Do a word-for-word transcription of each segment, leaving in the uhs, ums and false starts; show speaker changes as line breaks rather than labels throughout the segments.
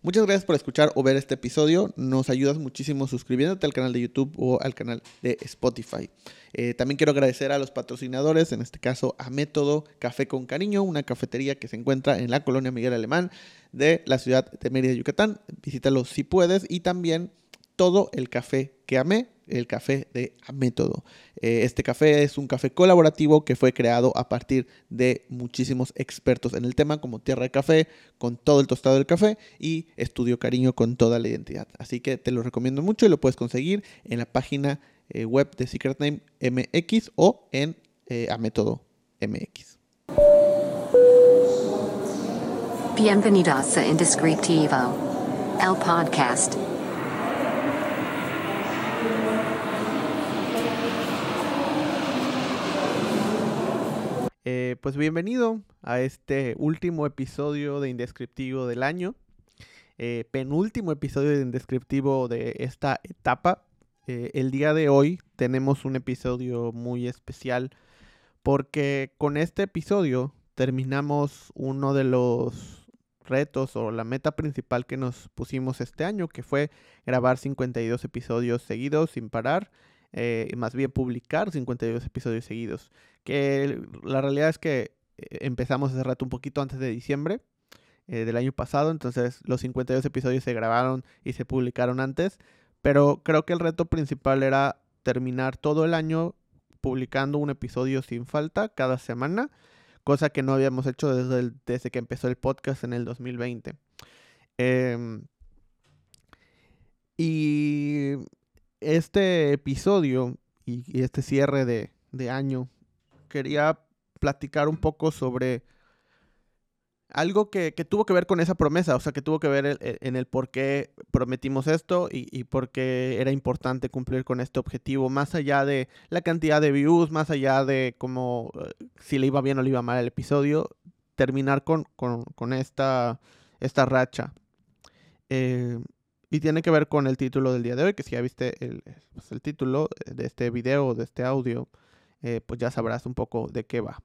Muchas gracias por escuchar o ver este episodio. Nos ayudas muchísimo suscribiéndote al canal de YouTube o al canal de Spotify. Eh, también quiero agradecer a los patrocinadores, en este caso a Método Café con Cariño, una cafetería que se encuentra en la colonia Miguel Alemán de la ciudad de Mérida, Yucatán. Visítalo si puedes. Y también Todo el Café que Amé, el café de Amétodo. Eh, este café es un café colaborativo que fue creado a partir de muchísimos expertos en el tema, como Tierra de Café, con todo el tostado del café, y Estudio Cariño con toda la identidad. Así que te lo recomiendo mucho y lo puedes conseguir en la página eh, web de Secret Name M X o en eh, Amétodo M X.
Bienvenidos a Indescriptivo, el podcast.
Eh, pues bienvenido a este último episodio de Indescriptivo del año, eh, penúltimo episodio de Indescriptivo de esta etapa. Eh, el día de hoy tenemos un episodio muy especial porque con este episodio terminamos uno de los retos o la meta principal que nos pusimos este año, que fue grabar cincuenta y dos episodios seguidos sin parar. Eh, más bien publicar cincuenta y dos episodios seguidos, que la realidad es que empezamos hace rato un poquito antes de diciembre eh, del año pasado, entonces los cincuenta y dos episodios se grabaron y se publicaron antes, pero creo que el reto principal era terminar todo el año publicando un episodio sin falta cada semana, cosa que no habíamos hecho desde, el, desde que empezó el podcast en el dos mil veinte. Eh, y este episodio y, y este cierre de, de año, quería platicar un poco sobre algo que, que tuvo que ver con esa promesa, o sea, que tuvo que ver el, el, en el por qué prometimos esto y, y por qué era importante cumplir con este objetivo, más allá de la cantidad de views, más allá de cómo, uh, si le iba bien o le iba mal el episodio, terminar con, con, con esta, esta racha. Eh, Y tiene que ver con el título del día de hoy, que si ya viste el, pues el título de este video, de este audio, eh, pues ya sabrás un poco de qué va.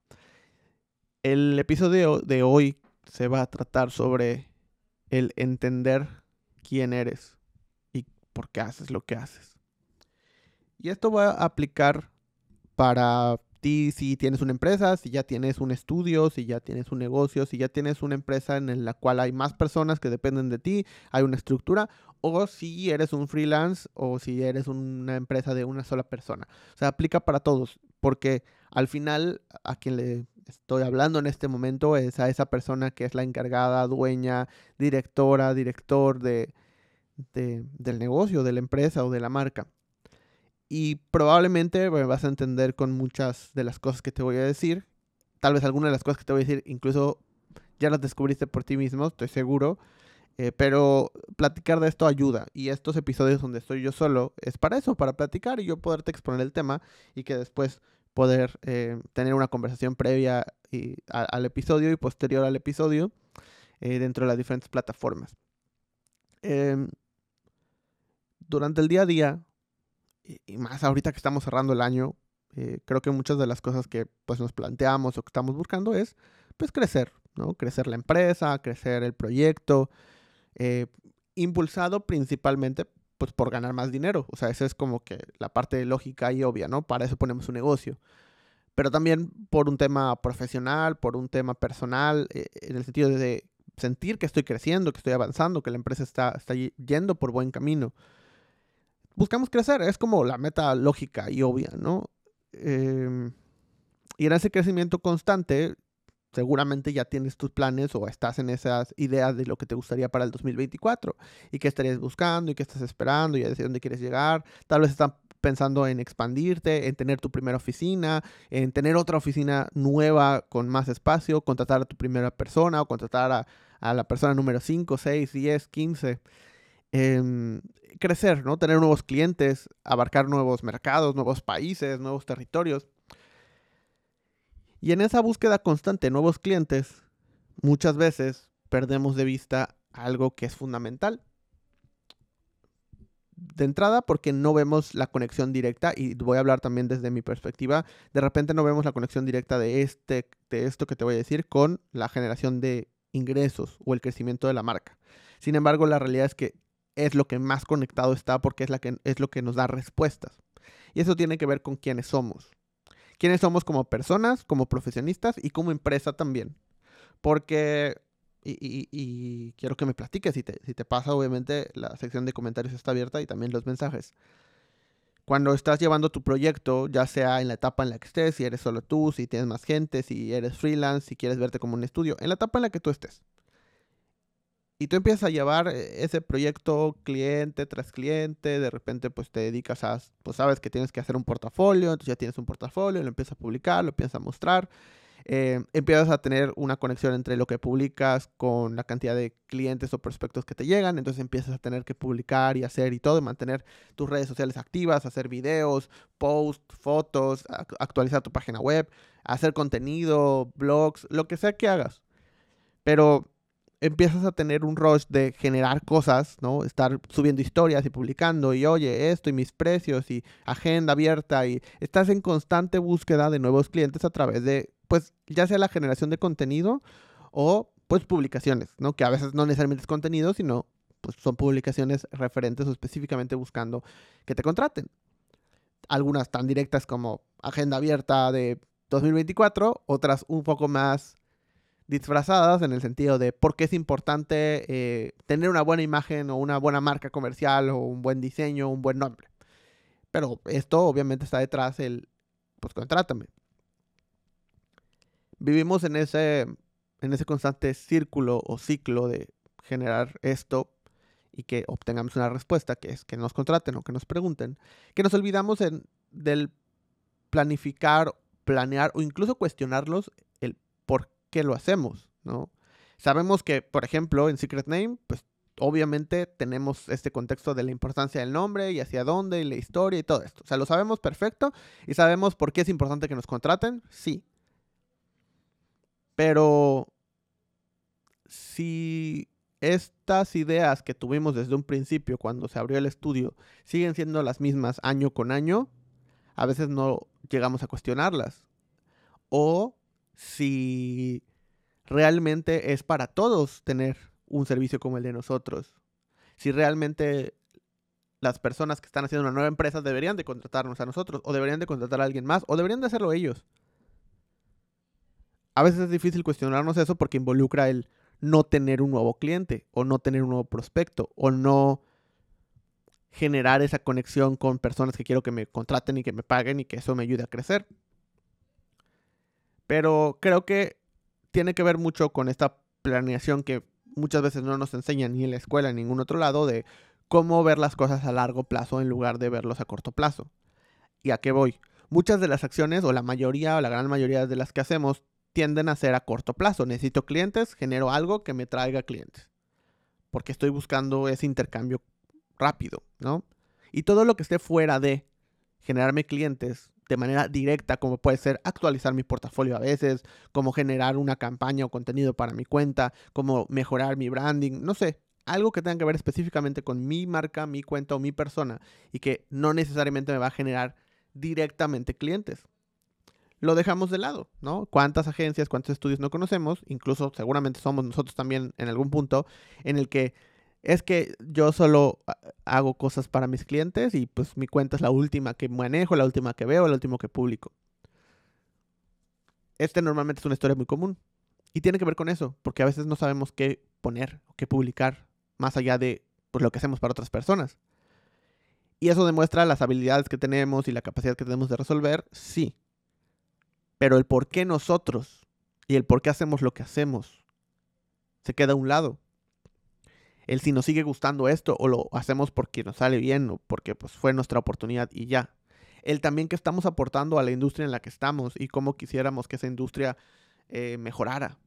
El episodio de hoy se va a tratar sobre el entender quién eres y por qué haces lo que haces. Y esto va a aplicar para ti si tienes una empresa, si ya tienes un estudio, si ya tienes un negocio, si ya tienes una empresa en la cual hay más personas que dependen de ti, hay una estructura, o si eres un freelance o si eres una empresa de una sola persona. O sea, aplica para todos, porque al final a quien le estoy hablando en este momento es a esa persona que es la encargada, dueña, directora, director de, de, del negocio, de la empresa o de la marca. Y probablemente me vas a entender con muchas de las cosas que te voy a decir. Tal vez algunas de las cosas que te voy a decir incluso ya las descubriste por ti mismo, estoy seguro. Eh, pero platicar de esto ayuda. Y estos episodios donde estoy yo solo es para eso, para platicar y yo poderte exponer el tema y que después poder eh, tener una conversación previa y, a, al episodio y posterior al episodio eh, dentro de las diferentes plataformas. Eh, durante el día a día, y más ahorita que estamos cerrando el año, eh, creo que muchas de las cosas que pues, nos planteamos o que estamos buscando es pues, crecer, ¿no? Crecer la empresa, crecer el proyecto, eh, impulsado principalmente pues, por ganar más dinero. O sea, esa es como que la parte lógica y obvia, ¿no? Para eso ponemos un negocio. Pero también por un tema profesional, por un tema personal, eh, en el sentido de sentir que estoy creciendo, que estoy avanzando, que la empresa está, está yendo por buen camino. Buscamos crecer, es como la meta lógica y obvia, ¿no? Eh, y en ese crecimiento constante, seguramente ya tienes tus planes o estás en esas ideas de lo que te gustaría para el dos mil veinticuatro y qué estarías buscando y qué estás esperando y hacia dónde quieres llegar. Tal vez estás pensando en expandirte, en tener tu primera oficina, en tener otra oficina nueva con más espacio, contratar a tu primera persona o contratar a, a la persona número cinco, seis, diez, quince. Eh, crecer, ¿no? Tener nuevos clientes, abarcar nuevos mercados, nuevos países, nuevos territorios. Y en esa búsqueda constante de nuevos clientes, muchas veces perdemos de vista algo que es fundamental. De entrada, porque no vemos la conexión directa, y voy a hablar también desde mi perspectiva, de repente no vemos la conexión directa de, este, de esto que te voy a decir con la generación de ingresos o el crecimiento de la marca. Sin embargo, la realidad es que es lo que más conectado está porque es, la que, es lo que nos da respuestas. Y eso tiene que ver con quiénes somos. Quiénes somos como personas, como profesionistas y como empresa también. Porque, y, y, y quiero que me platiques, si te, si te pasa, obviamente la sección de comentarios está abierta y también los mensajes. Cuando estás llevando tu proyecto, ya sea en la etapa en la que estés, si eres solo tú, si tienes más gente, si eres freelance, si quieres verte como un estudio, en la etapa en la que tú estés. Y tú empiezas a llevar ese proyecto cliente tras cliente, de repente pues te dedicas a, pues sabes que tienes que hacer un portafolio, entonces ya tienes un portafolio, lo empiezas a publicar, lo empiezas a mostrar, eh, empiezas a tener una conexión entre lo que publicas con la cantidad de clientes o prospectos que te llegan, entonces empiezas a tener que publicar y hacer y todo, y mantener tus redes sociales activas, hacer videos, posts, fotos, actualizar tu página web, hacer contenido, blogs, lo que sea que hagas. Pero empiezas a tener un rush de generar cosas, ¿no? Estar subiendo historias y publicando y oye, esto y mis precios y agenda abierta y estás en constante búsqueda de nuevos clientes a través de, pues, ya sea la generación de contenido o, pues, publicaciones, ¿no? Que a veces no necesariamente es contenido, sino, pues, son publicaciones referentes o específicamente buscando que te contraten. Algunas tan directas como agenda abierta de dos mil veinticuatro, otras un poco más disfrazadas en el sentido de por qué es importante eh, tener una buena imagen o una buena marca comercial o un buen diseño, un buen nombre. Pero esto obviamente está detrás el, pues contrátame. Vivimos en ese, en ese constante círculo o ciclo de generar esto y que obtengamos una respuesta, que es que nos contraten o que nos pregunten, que nos olvidamos en, del planificar, planear o incluso cuestionarlos el por qué que lo hacemos, ¿no? Sabemos que, por ejemplo, en Secret Name, pues obviamente tenemos este contexto de la importancia del nombre y hacia dónde y la historia y todo esto. O sea, lo sabemos perfecto y sabemos por qué es importante que nos contraten, sí. Pero si estas ideas que tuvimos desde un principio cuando se abrió el estudio siguen siendo las mismas año con año, a veces no llegamos a cuestionarlas. O si realmente es para todos tener un servicio como el de nosotros. Si realmente las personas que están haciendo una nueva empresa deberían de contratarnos a nosotros, o deberían de contratar a alguien más, o deberían de hacerlo ellos. A veces es difícil cuestionarnos eso porque involucra el no tener un nuevo cliente, o no tener un nuevo prospecto, o no generar esa conexión con personas que quiero que me contraten y que me paguen y que eso me ayude a crecer. Pero creo que tiene que ver mucho con esta planeación que muchas veces no nos enseñan ni en la escuela ni en ningún otro lado de cómo ver las cosas a largo plazo en lugar de verlos a corto plazo. ¿Y a qué voy? Muchas de las acciones, o la mayoría o la gran mayoría de las que hacemos, tienden a ser a corto plazo. Necesito clientes, genero algo que me traiga clientes. Porque estoy buscando ese intercambio rápido, ¿no? Y todo lo que esté fuera de generarme clientes de manera directa, como puede ser actualizar mi portafolio a veces, como generar una campaña o contenido para mi cuenta, como mejorar mi branding, no sé, algo que tenga que ver específicamente con mi marca, mi cuenta o mi persona y que no necesariamente me va a generar directamente clientes. Lo dejamos de lado, ¿no? ¿Cuántas agencias, cuántos estudios no conocemos? Incluso seguramente somos nosotros también en algún punto en el que es que yo solo hago cosas para mis clientes y pues mi cuenta es la última que manejo, la última que veo, la última que publico. Este normalmente es una historia muy común y tiene que ver con eso, porque a veces no sabemos qué poner o qué publicar más allá de pues, lo que hacemos para otras personas. Y eso demuestra las habilidades que tenemos y la capacidad que tenemos de resolver, sí. Pero el por qué nosotros y el por qué hacemos lo que hacemos se queda a un lado. El si nos sigue gustando esto o lo hacemos porque nos sale bien o porque pues, fue nuestra oportunidad y ya. El también que estamos aportando a la industria en la que estamos y cómo quisiéramos que esa industria eh, mejorara.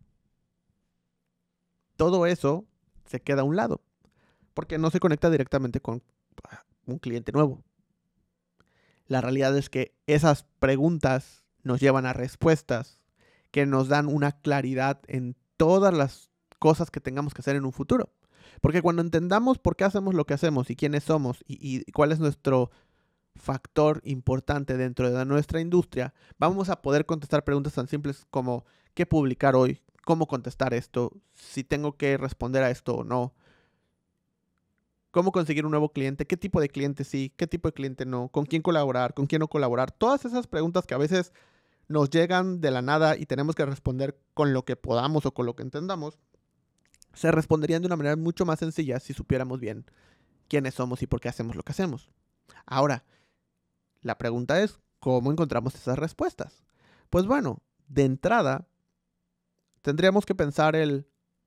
Todo eso se queda a un lado porque no se conecta directamente con un cliente nuevo. La realidad es que esas preguntas nos llevan a respuestas que nos dan una claridad en todas las cosas que tengamos que hacer en un futuro. Porque cuando entendamos por qué hacemos lo que hacemos y quiénes somos y, y cuál es nuestro factor importante dentro de nuestra industria, vamos a poder contestar preguntas tan simples como ¿qué publicar hoy? ¿Cómo contestar esto? ¿Si tengo que responder a esto o no? cómo conseguir un nuevo cliente, qué tipo de cliente sí, qué tipo de cliente no, con quién colaborar, con quién no colaborar. Todas esas preguntas que a veces nos llegan de la nada y tenemos que responder con lo que podamos o con lo que entendamos, se responderían de una manera mucho más sencilla si supiéramos bien quiénes somos y por qué hacemos lo que hacemos. Ahora, la pregunta es, ¿cómo encontramos esas respuestas? Pues bueno, de entrada, tendríamos que pensar el...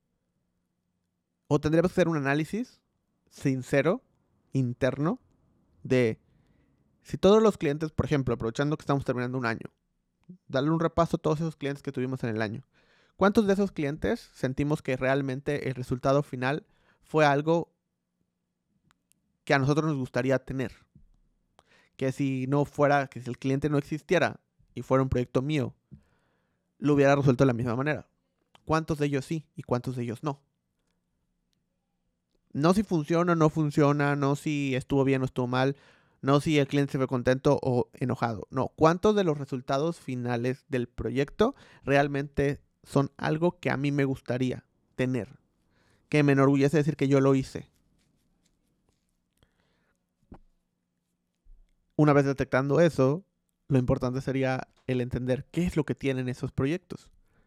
o tendríamos que hacer un análisis sincero, interno, de si todos los clientes, por ejemplo, aprovechando que estamos terminando un año, darle un repaso a todos esos clientes que tuvimos en el año. ¿Cuántos de esos clientes sentimos que realmente el resultado final fue algo que a nosotros nos gustaría tener? Que si no fuera, que si el cliente no existiera y fuera un proyecto mío, lo hubiera resuelto de la misma manera. ¿Cuántos de ellos sí y cuántos de ellos no? No si funciona o no funciona, no si estuvo bien o estuvo mal, no si el cliente se fue contento o enojado. No, ¿cuántos de los resultados finales del proyecto realmente son algo que a mí me gustaría tener? Que me enorgullece decir que yo lo hice. Una vez detectando eso, lo importante sería el entender qué es lo que tienen esos proyectos.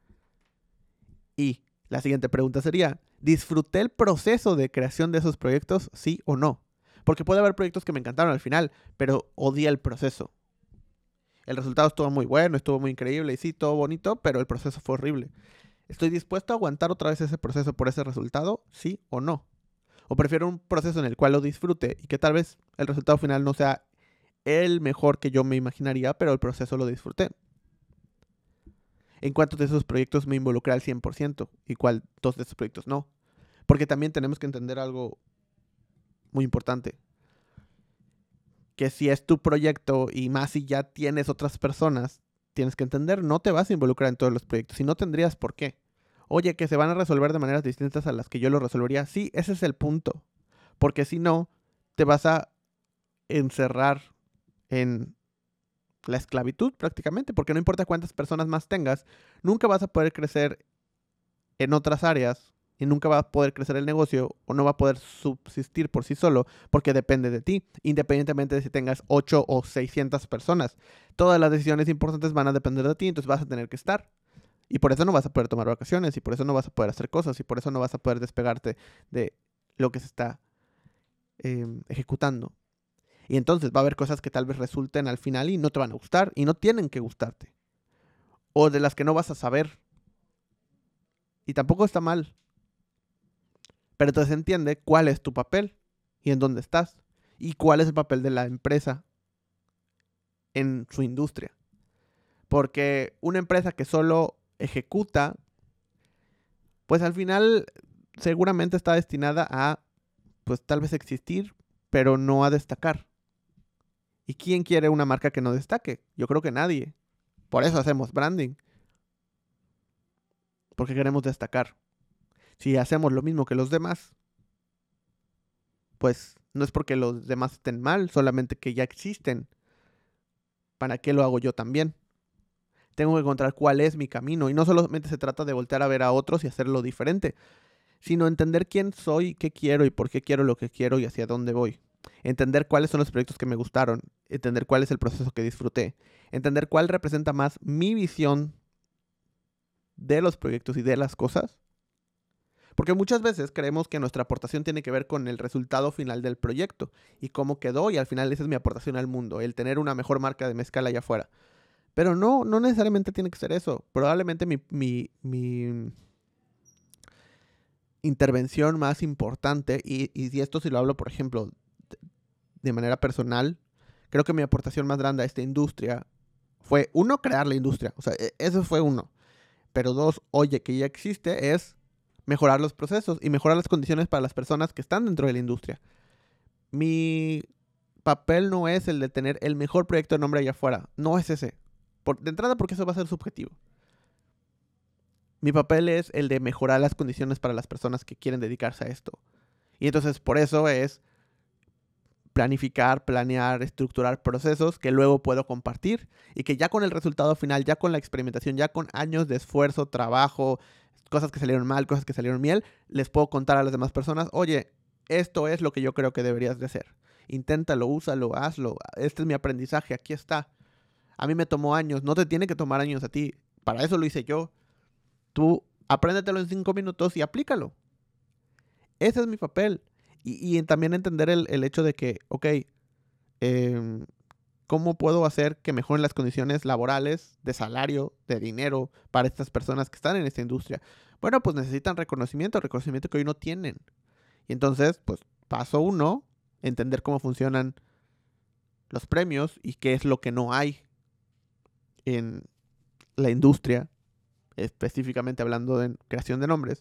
Y la siguiente pregunta sería, ¿disfruté el proceso de creación de esos proyectos, sí o no? Porque puede haber proyectos que me encantaron al final, pero odié el proceso. El resultado estuvo muy bueno, estuvo muy increíble y sí, todo bonito, pero el proceso fue horrible. ¿Estoy dispuesto a aguantar otra vez ese proceso por ese resultado, sí o no? O prefiero un proceso en el cual lo disfrute y que tal vez el resultado final no sea el mejor que yo me imaginaría, pero el proceso lo disfruté. ¿En cuántos de esos proyectos me involucré al cien por ciento? ¿Y cuántos de esos proyectos no? Porque también tenemos que entender algo muy importante. Que si es tu proyecto y más si ya tienes otras personas, tienes que entender, no te vas a involucrar en todos los proyectos y no tendrías por qué. Oye, que se van a resolver de maneras distintas a las que yo lo resolvería. Sí, ese es el punto. Porque si no, te vas a encerrar en la esclavitud prácticamente, porque no importa cuántas personas más tengas, nunca vas a poder crecer en otras áreas y nunca va a poder crecer el negocio o no va a poder subsistir por sí solo porque depende de ti, independientemente de si tengas ocho o seiscientas personas. Todas las decisiones importantes van a depender de ti, entonces vas a tener que estar. Y por eso no vas a poder tomar vacaciones y por eso no vas a poder hacer cosas y por eso no vas a poder despegarte de lo que se está eh, ejecutando. Y entonces va a haber cosas que tal vez resulten al final y no te van a gustar y no tienen que gustarte. O de las que no vas a saber. Y tampoco está mal. Pero entonces entiende cuál es tu papel y en dónde estás. Y cuál es el papel de la empresa en su industria. Porque una empresa que solo ejecuta, pues al final seguramente está destinada a, pues tal vez existir, pero no a destacar. ¿Y quién quiere una marca que no destaque? Yo creo que nadie. Por eso hacemos branding. Porque queremos destacar. Si hacemos lo mismo que los demás, pues no es porque los demás estén mal, solamente que ya existen. ¿Para qué lo hago yo también? Tengo que encontrar cuál es mi camino. Y no solamente se trata de voltear a ver a otros y hacerlo diferente, sino entender quién soy, qué quiero y por qué quiero lo que quiero y hacia dónde voy. Entender cuáles son los proyectos que me gustaron, entender cuál es el proceso que disfruté, entender cuál representa más mi visión de los proyectos y de las cosas. Porque muchas veces creemos que nuestra aportación tiene que ver con el resultado final del proyecto y cómo quedó, y al final esa es mi aportación al mundo, el tener una mejor marca de mezcal allá afuera. Pero no, no necesariamente tiene que ser eso. Probablemente mi, mi, mi intervención más importante, y, y esto si lo hablo, por ejemplo, de, de manera personal, creo que mi aportación más grande a esta industria fue, uno, crear la industria. O sea, eso fue uno. Pero dos, oye, que ya existe, es mejorar los procesos y mejorar las condiciones para las personas que están dentro de la industria. Mi papel no es el de tener el mejor proyecto de nombre allá afuera. No es ese. Por, de entrada, porque eso va a ser subjetivo. Mi papel es el de mejorar las condiciones para las personas que quieren dedicarse a esto. Y entonces por eso es planificar, planear, estructurar procesos que luego puedo compartir y que ya con el resultado final, ya con la experimentación, ya con años de esfuerzo, trabajo, cosas que salieron mal, cosas que salieron bien, les puedo contar a las demás personas, oye, esto es lo que yo creo que deberías de hacer. Inténtalo, úsalo, hazlo. Este es mi aprendizaje, aquí está. A mí me tomó años, no te tiene que tomar años a ti. Para eso lo hice yo. Tú apréndetelo en cinco minutos y aplícalo. Ese es mi papel. Y, y también entender el, el hecho de que, ok, eh, ¿cómo puedo hacer que mejoren las condiciones laborales, de salario, de dinero para estas personas que están en esta industria? Bueno, pues necesitan reconocimiento, reconocimiento que hoy no tienen. Y entonces, pues, paso uno, entender cómo funcionan los premios y qué es lo que no hay en la industria, específicamente hablando de creación de nombres.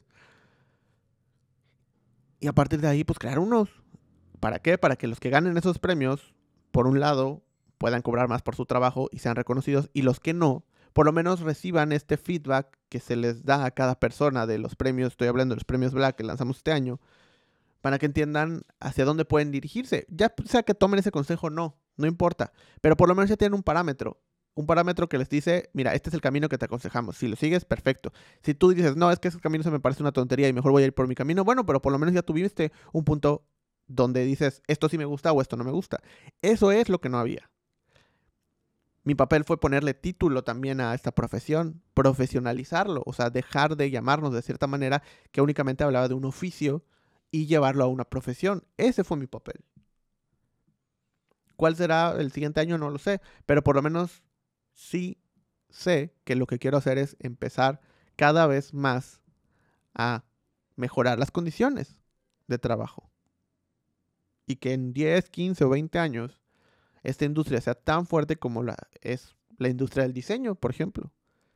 Y a partir de ahí, pues, crear unos. ¿Para qué? Para que los que ganen esos premios, por un lado, puedan cobrar más por su trabajo y sean reconocidos, y los que no, por lo menos reciban este feedback que se les da a cada persona de los premios, estoy hablando de los premios Black que lanzamos este año, para que entiendan hacia dónde pueden dirigirse. Ya sea que tomen ese consejo o no, no importa, pero por lo menos ya tienen un parámetro, un parámetro que les dice, mira, este es el camino que te aconsejamos, si lo sigues, perfecto. Si tú dices, no, es que ese camino se me parece una tontería y mejor voy a ir por mi camino, bueno, pero por lo menos ya tuviste un punto donde dices, esto sí me gusta o esto no me gusta. Eso es lo que no había. Mi papel fue ponerle título también a esta profesión, profesionalizarlo, o sea, dejar de llamarnos de cierta manera que únicamente hablaba de un oficio y llevarlo a una profesión. Ese fue mi papel. ¿Cuál será el siguiente año? No lo sé, pero por lo menos sí sé que lo que quiero hacer es empezar cada vez más a mejorar las condiciones de trabajo. Y que en diez, quince o veinte años esta industria sea tan fuerte como la es la industria del diseño, por ejemplo.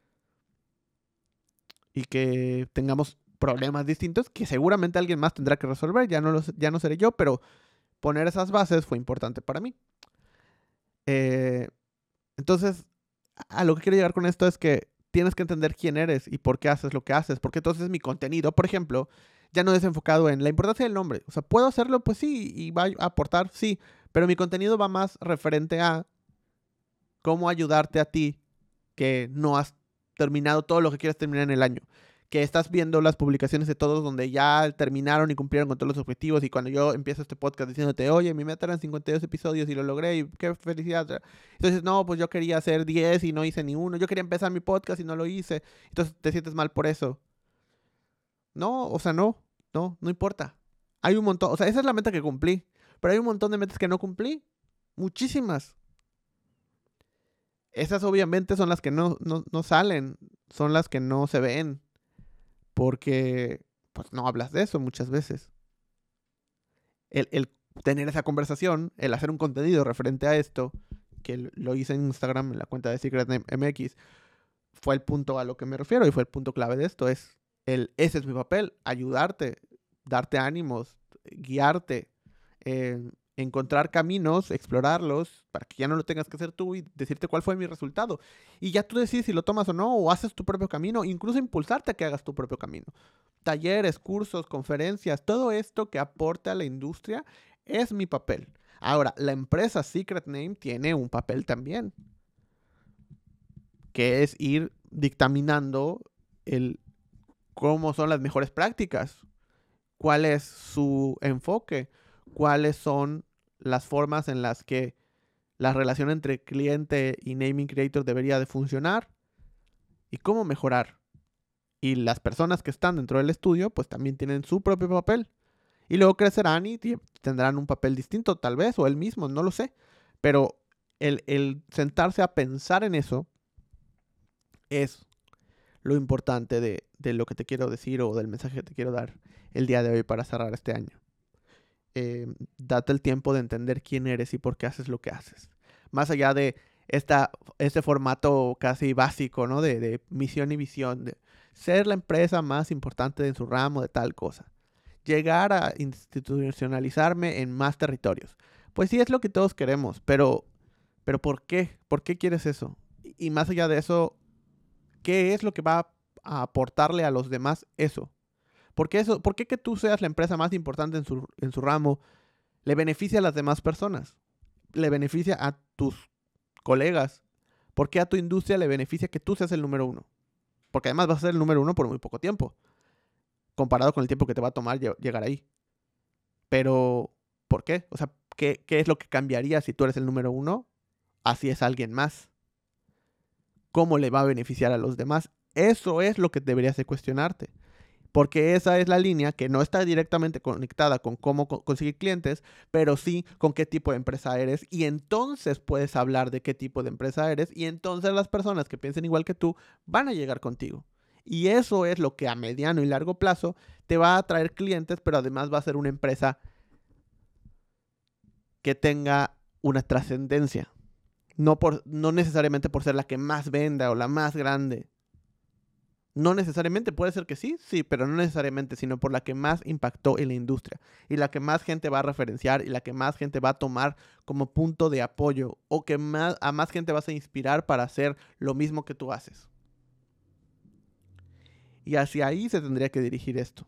Y que tengamos problemas distintos que seguramente alguien más tendrá que resolver. Ya no, los, ya no seré yo, pero poner esas bases fue importante para mí. Eh, entonces, a lo que quiero llegar con esto es que tienes que entender quién eres y por qué haces lo que haces. Porque entonces mi contenido, por ejemplo, ya no es enfocado en la importancia del nombre. O sea, ¿puedo hacerlo? Pues sí, y va a aportar, sí. Pero mi contenido va más referente a cómo ayudarte a ti que no has terminado todo lo que quieres terminar en el año. Que estás viendo las publicaciones de todos donde ya terminaron y cumplieron con todos los objetivos. Y cuando yo empiezo este podcast diciéndote, oye, mi meta eran cincuenta y dos episodios y lo logré y qué felicidad. Entonces, no, pues yo quería hacer diez y no hice ni uno. Yo quería empezar mi podcast y no lo hice. Entonces te sientes mal por eso. No, o sea, no, no, no importa. Hay un montón, o sea, esa es la meta que cumplí. Pero hay un montón de metas que no cumplí. Muchísimas. Esas obviamente son las que no, no, no salen. Son las que no se ven. Porque pues no hablas de eso muchas veces. El, el tener esa conversación, el hacer un contenido referente a esto, que lo hice en Instagram, en la cuenta de Secret M X, fue el punto a lo que me refiero y fue el punto clave de esto. Es el, ese es mi papel, ayudarte, darte ánimos, guiarte, eh, encontrar caminos, explorarlos, para que ya no lo tengas que hacer tú y decirte cuál fue mi resultado. Y ya tú decides si lo tomas o no, o haces tu propio camino, incluso impulsarte a que hagas tu propio camino. Talleres, cursos, conferencias, todo esto que aporte a la industria es mi papel. Ahora, la empresa Secret Name tiene un papel también, que es ir dictaminando el cómo son las mejores prácticas, cuál es su enfoque, cuáles son las formas en las que la relación entre cliente y naming creator debería de funcionar y cómo mejorar. Y las personas que están dentro del estudio pues también tienen su propio papel. Y luego crecerán y tendrán un papel distinto tal vez, o el mismo, no lo sé. Pero el, el sentarse a pensar en eso es lo importante de, de lo que te quiero decir o del mensaje que te quiero dar el día de hoy para cerrar este año. Eh, date el tiempo de entender quién eres y por qué haces lo que haces. Más allá de esta, este formato casi básico, ¿no? De, de misión y visión, de ser la empresa más importante en su ramo de tal cosa. Llegar a institucionalizarme en más territorios. Pues sí es lo que todos queremos, pero, pero ¿por qué? ¿Por qué quieres eso? Y, y más allá de eso, ¿qué es lo que va a aportarle a los demás eso? ¿Por qué, eso, ¿Por qué que tú seas la empresa más importante en su, en su ramo le beneficia a las demás personas? Le beneficia a tus colegas. ¿Por qué a tu industria le beneficia que tú seas el número uno? Porque además vas a ser el número uno por muy poco tiempo, comparado con el tiempo que te va a tomar llegar ahí. Pero, ¿por qué? O sea, ¿qué, qué es lo que cambiaría si tú eres el número uno? Así es alguien más. ¿Cómo le va a beneficiar a los demás? Eso es lo que deberías de cuestionarte. Porque esa es la línea que no está directamente conectada con cómo co- conseguir clientes, pero sí con qué tipo de empresa eres. Y entonces puedes hablar de qué tipo de empresa eres. Y entonces las personas que piensen igual que tú van a llegar contigo. Y eso es lo que a mediano y largo plazo te va a traer clientes, pero además va a ser una empresa que tenga una trascendencia. No, por, no necesariamente por ser la que más venda o la más grande. No necesariamente, puede ser que sí, sí, pero no necesariamente, sino por la que más impactó en la industria y la que más gente va a referenciar y la que más gente va a tomar como punto de apoyo o que más, a más gente vas a inspirar para hacer lo mismo que tú haces. Y hacia ahí se tendría que dirigir esto.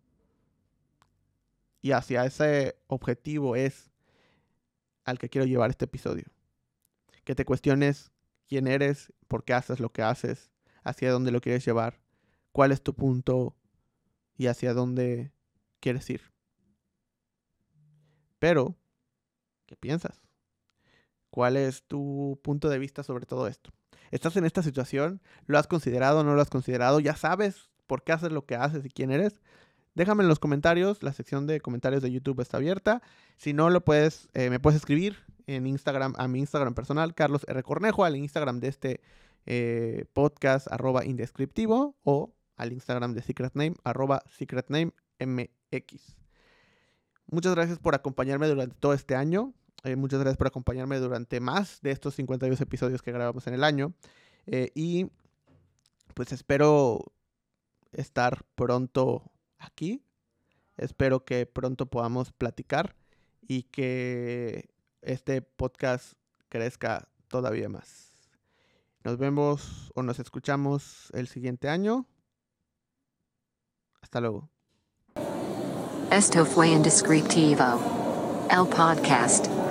Y hacia ese objetivo es al que quiero llevar este episodio. Que te cuestiones quién eres, por qué haces lo que haces, hacia dónde lo quieres llevar, cuál es tu punto y hacia dónde quieres ir. Pero, ¿qué piensas? ¿Cuál es tu punto de vista sobre todo esto? ¿Estás en esta situación? ¿Lo has considerado? ¿No lo has considerado? ¿Ya sabes por qué haces lo que haces y quién eres? Déjame en los comentarios. La sección de comentarios de YouTube está abierta. Si no, lo puedes, eh, me puedes escribir en Instagram, a mi Instagram personal, Carlos R. Cornejo, al Instagram de este eh, podcast, arroba indescriptivo, o al Instagram de Secret Name, arroba Secret Name M X. Muchas gracias por acompañarme durante todo este año. Eh, muchas gracias por acompañarme durante más de estos cincuenta y dos episodios que grabamos en el año. Eh, y pues espero estar pronto aquí. Espero que pronto podamos platicar y que este podcast crezca todavía más. Nos vemos o nos escuchamos el siguiente año. Hasta luego.
Esto fue Indescriptivo, el podcast.